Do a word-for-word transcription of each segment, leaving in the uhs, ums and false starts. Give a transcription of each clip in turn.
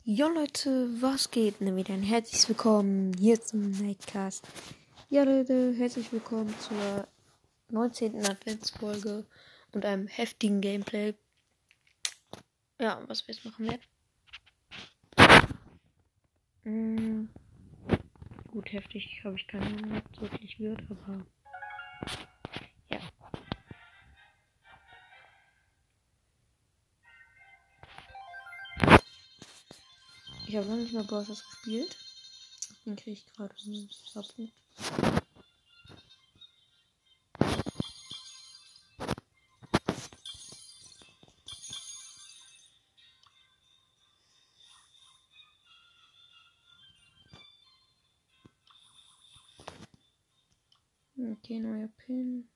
Jo Leute, was geht? Ne, wieder ein herzlich willkommen hier zum Nightcast. Ja Leute, herzlich willkommen zur neunzehnten Adventsfolge und einem heftigen Gameplay. Ja, was wir jetzt machen werden. Hm, gut, heftig habe ich keine Ahnung, ob es wirklich wird, aber ja. Ich habe noch nicht mal Brawl Stars gespielt. Den kriege ich gerade Subpunkt. Okay, neuer Pin.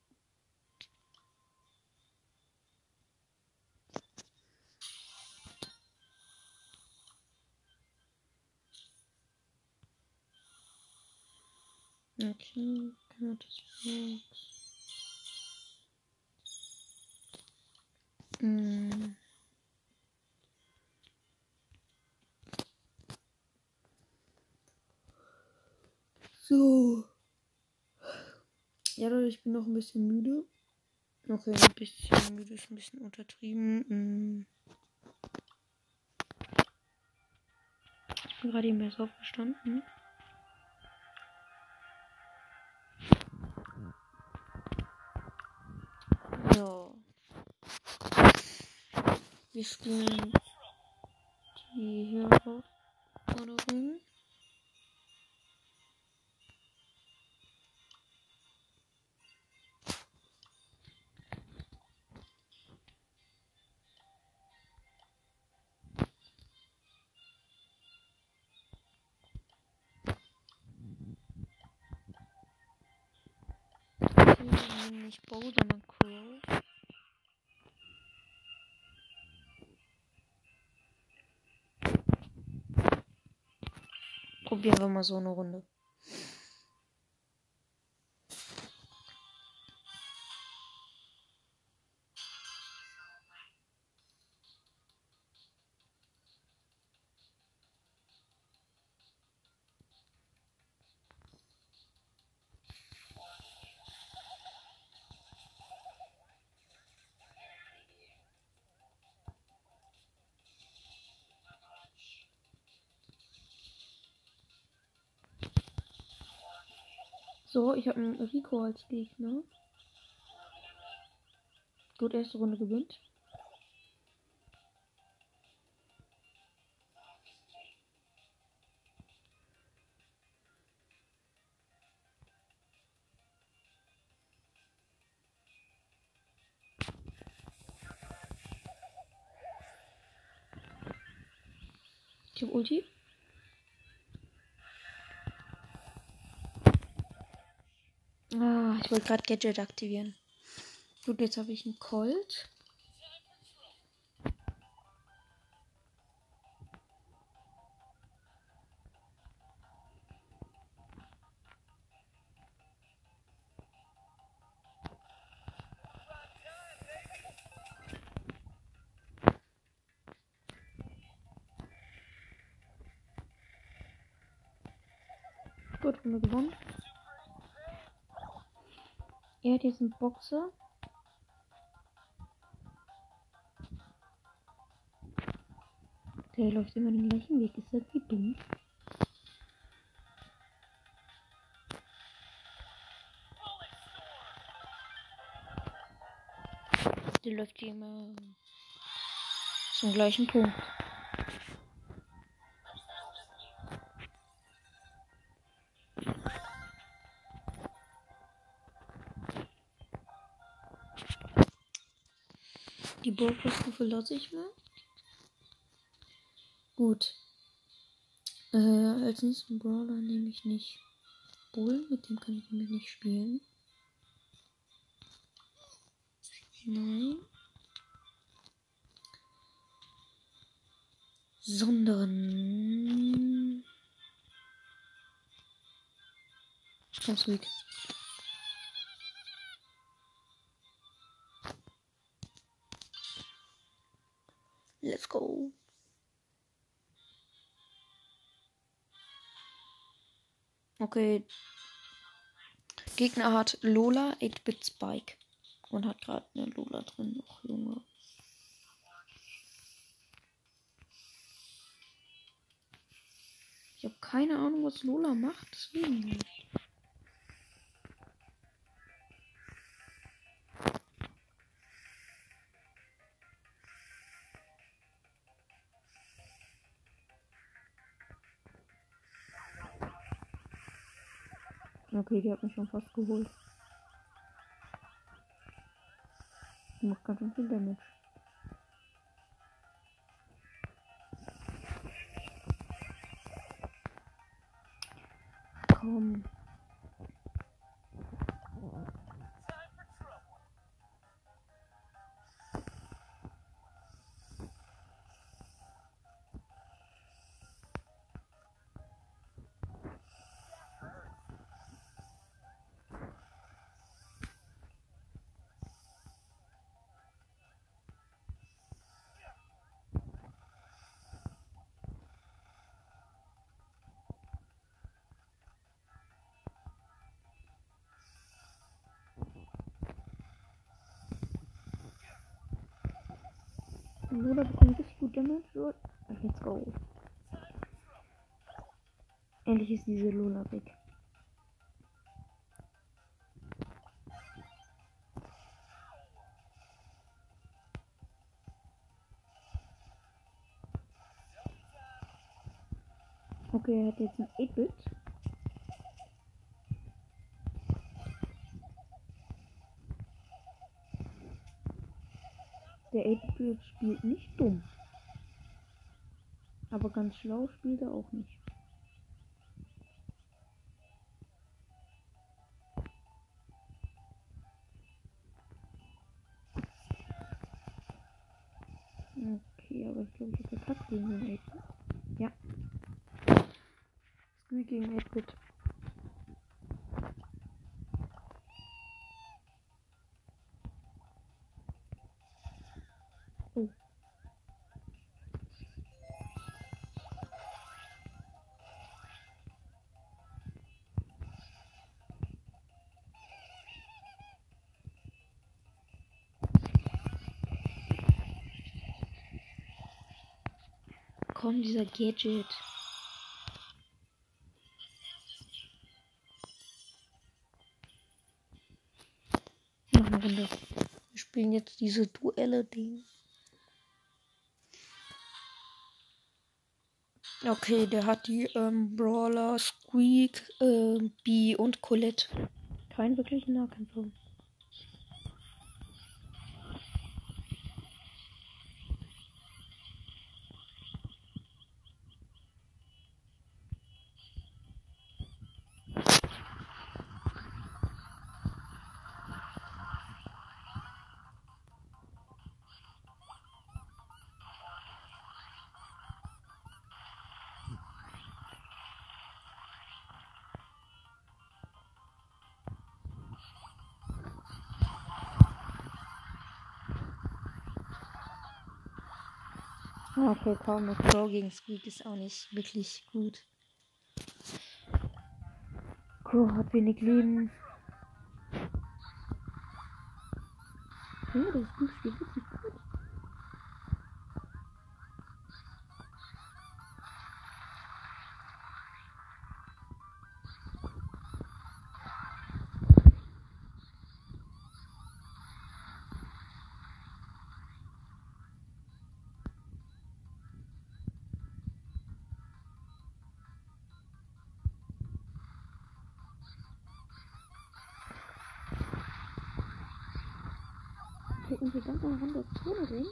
Okay, gratis Box. Hm. So. Ja, Leute, ich bin noch ein bisschen müde. Okay, ein bisschen müde ist ein bisschen untertrieben. Hm. Ich bin gerade eben erst aufgestanden. So. Wir spielen die Herausforderung. Okay, wir nehmen nicht Bow, sondern Crow. Probieren wir mal so eine Runde. So, ich habe einen Rico als Gegner. Gut, erste Runde gewinnt. Ich habe Ulti. Ah, ich wollte gerade Gadget aktivieren. Gut, jetzt habe ich einen Colt. Gut, haben wir gewonnen. Er hat jetzt einen Boxer. Der läuft immer den gleichen Weg. Ist das wie dumm? Der läuft hier immer zum gleichen Punkt. Die Brawler-Stufe lasse ich mal. Gut. Äh, als nächsten Brawler nehme ich nicht Bull. Mit dem kann ich nämlich nicht spielen. Nein. Sondern. Ganz ruhig. Let's go. Okay. Gegner hat Lola, acht-Bit Spike. Und hat gerade eine Lola drin. Och, Junge. Ich habe keine Ahnung, was Lola macht. Deswegen nicht. Okay, die hat mich schon fast geholt. Die macht ganz schön viel Damage. Komm. Lola bekommt richtig gut Damage. So, let's go. Endlich ist diese Lola weg. Okay, er hat jetzt ein acht-Bit. Der acht-Bit spielt nicht dumm. Aber ganz schlau spielt er auch nicht. Okay, aber ich glaube, ich habe verkackt gegen den acht-Bit. Ja. Squeak gegen acht-Bit. Oh. Komm, dieser Gadget. Noch eine Runde. Wir spielen jetzt diese Duelle-Ding. Okay, der hat die ähm, Brawler, Squeak, ähm, Bee und Colette. Kein wirklichen Nahkämpfer. Okay, kaum noch. Crow gegen Squeak ist auch nicht wirklich gut. Crow hat wenig Leben. Ja, das Squeak spielt wirklich gut. Hätten wir ganz am Rand der Zone drin.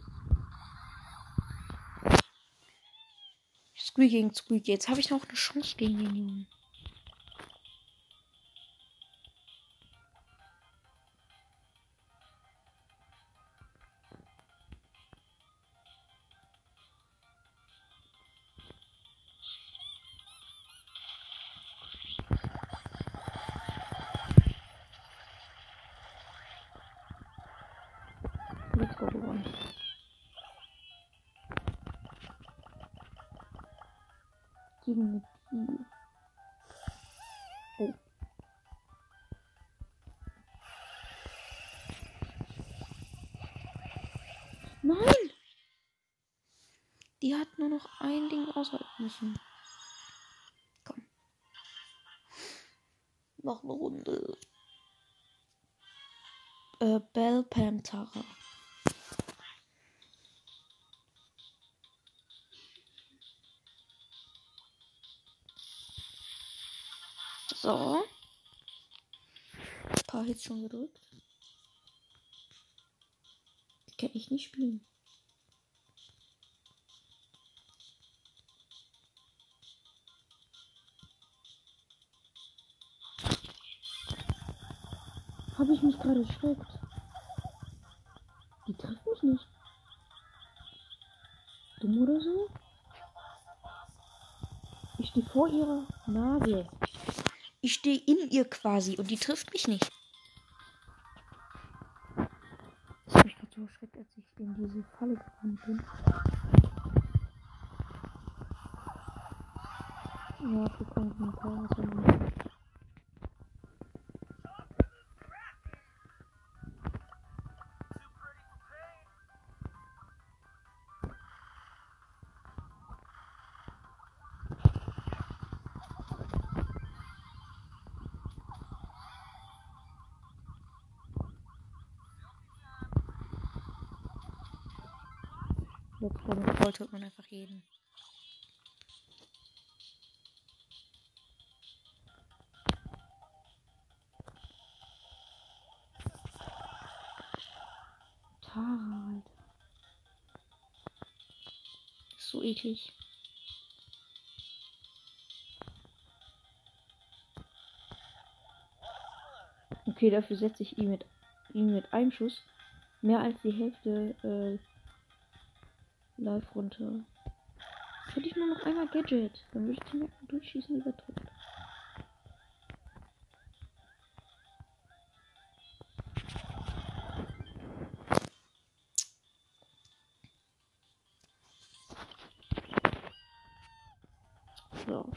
Squeak gegen Squeak. Jetzt habe ich noch eine Chance gegen den Jungen. Let's go gewonnen. Gegen eine Bee. Nein! Die hat nur noch ein Ding aushalten müssen. Komm. Noch eine Runde. Äh, Bell, Pam, Tara. So. Ein paar Hits schon gedrückt. Die kann ich nicht spielen. Habe ich mich gerade erschreckt? Die trifft mich nicht. Dumm oder so? Ich stehe vor ihrer Nase. Ich stehe in ihr quasi und die trifft mich nicht. Ich habe mich gerade so erschreckt, als ich in diese Falle gerannt bin. Ja, wir kommen ein paar was. Jetzt beim Gold holt man einfach jeden. Tara, Alter. Ist so eklig. Okay, dafür setze ich ihn mit, ihn mit einem Schuss mehr als die Hälfte äh, live runter. Hätte ich nur noch einmal Gadget, dann würde ich den einfach durchschießen wie der tot. So.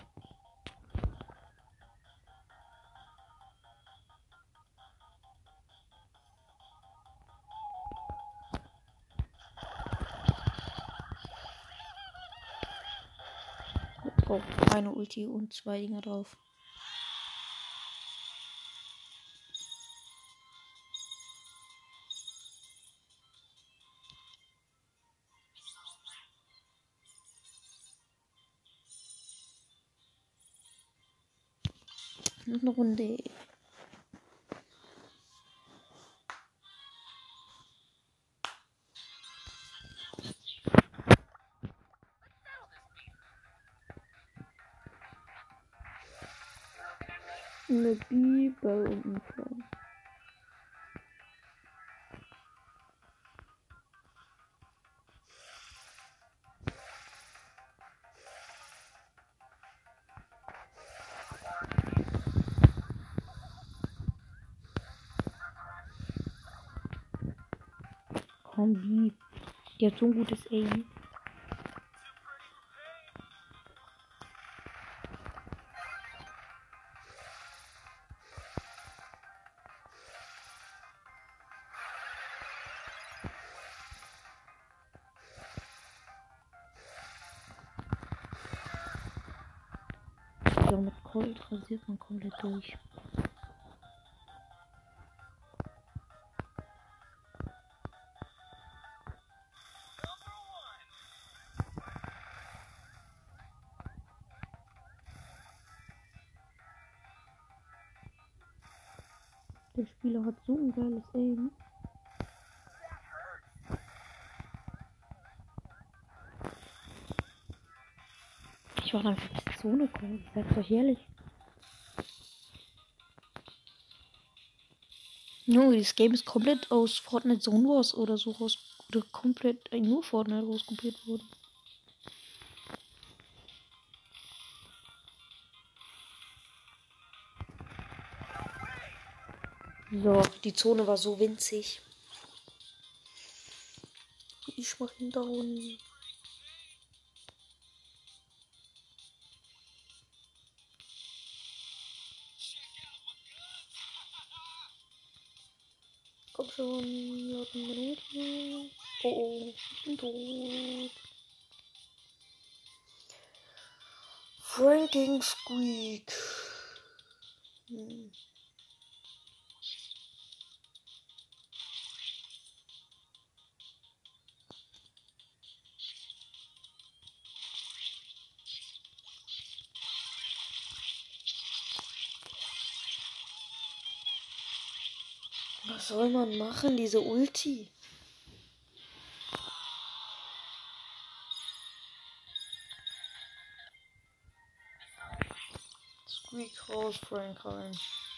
Jetzt braucht eine Ulti und zwei Dinger drauf. Noch eine Runde. Eine Bibel und ein Plan. Kombi. Die hat so ein gutes Aim. Ja, mit Colt rasiert man komplett durch. Der Spieler hat so ein geiles Aim. Ich war einfach die Zone kommen. Ich sag's euch ehrlich. Junge, dieses Game ist komplett aus Fortnite Zone Wars oder so raus. Oder komplett äh, nur Fortnite rauskopiert worden. So, die Zone war so winzig. Ich mach ihn down. Komm schon, noch eine Minute. Oh, ich bin tot. Frank gegen Squeak. Hm. Was soll man machen, diese Ulti? Squeak raus, Frank rein.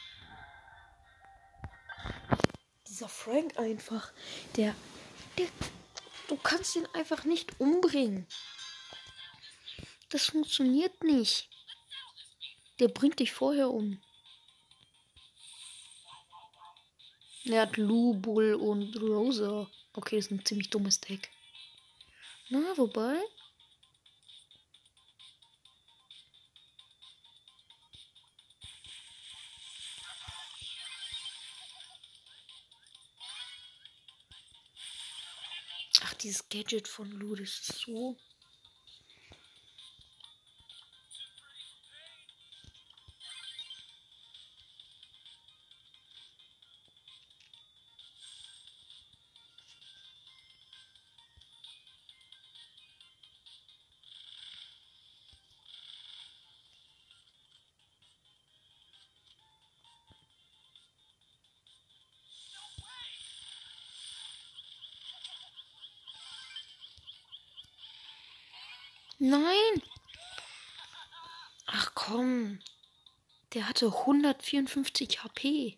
Dieser Frank einfach, der, der, du kannst ihn einfach nicht umbringen. Das funktioniert nicht. Der bringt dich vorher um. Er hat Lu, Bull und Rosa. Okay, das ist ein ziemlich dummes Deck. Na, wobei? Ach, dieses Gadget von Lu, das ist so... Nein! Ach komm. Der hatte hundertvierundfünfzig H P.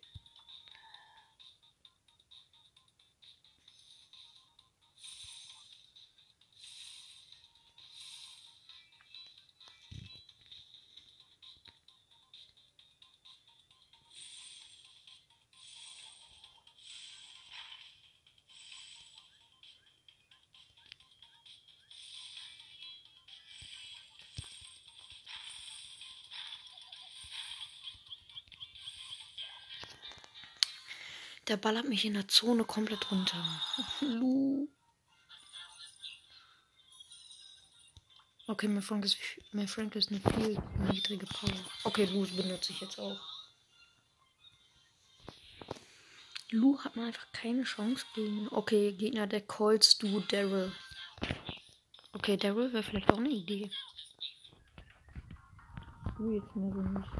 Der ballert mich in der Zone komplett runter. Lu. Okay, mein Frank ist, mein Frank ist eine viel niedrige Power. Okay, Lu benutze ich jetzt auch. Lu hat man einfach keine Chance gegen. Okay, Gegner der Colts, du Daryl. Okay, Daryl wäre vielleicht auch eine Idee. Lu jetzt mehr so nicht.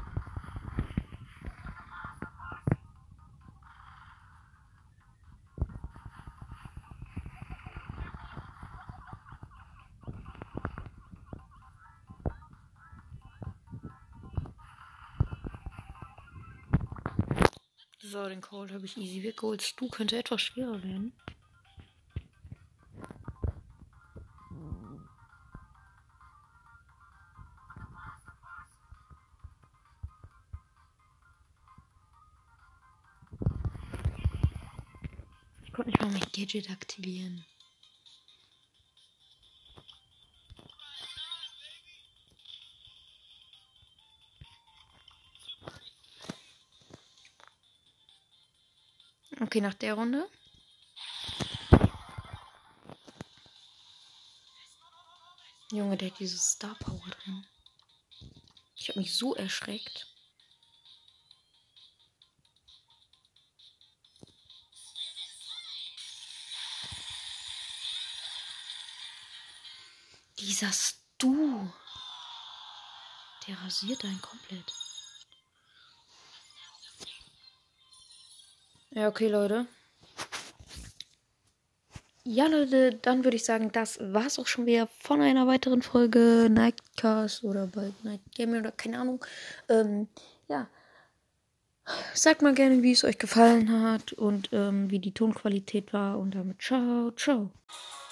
So, den Cold habe ich easy weggeholt. Stu könnte etwas schwerer werden. Ich konnte nicht mal mein Gadget aktivieren. Okay, nach der Runde. Junge, der hat dieses Star Power drin. Ich habe mich so erschreckt. Dieser Stu. Der rasiert einen komplett. Ja, okay, Leute. Ja, Leute, dann würde ich sagen, das war's auch schon wieder von einer weiteren Folge Nightcast oder bald Night Gaming oder keine Ahnung. Ähm, ja. Sagt mal gerne, wie es euch gefallen hat und ähm, wie die Tonqualität war. Und damit ciao, ciao.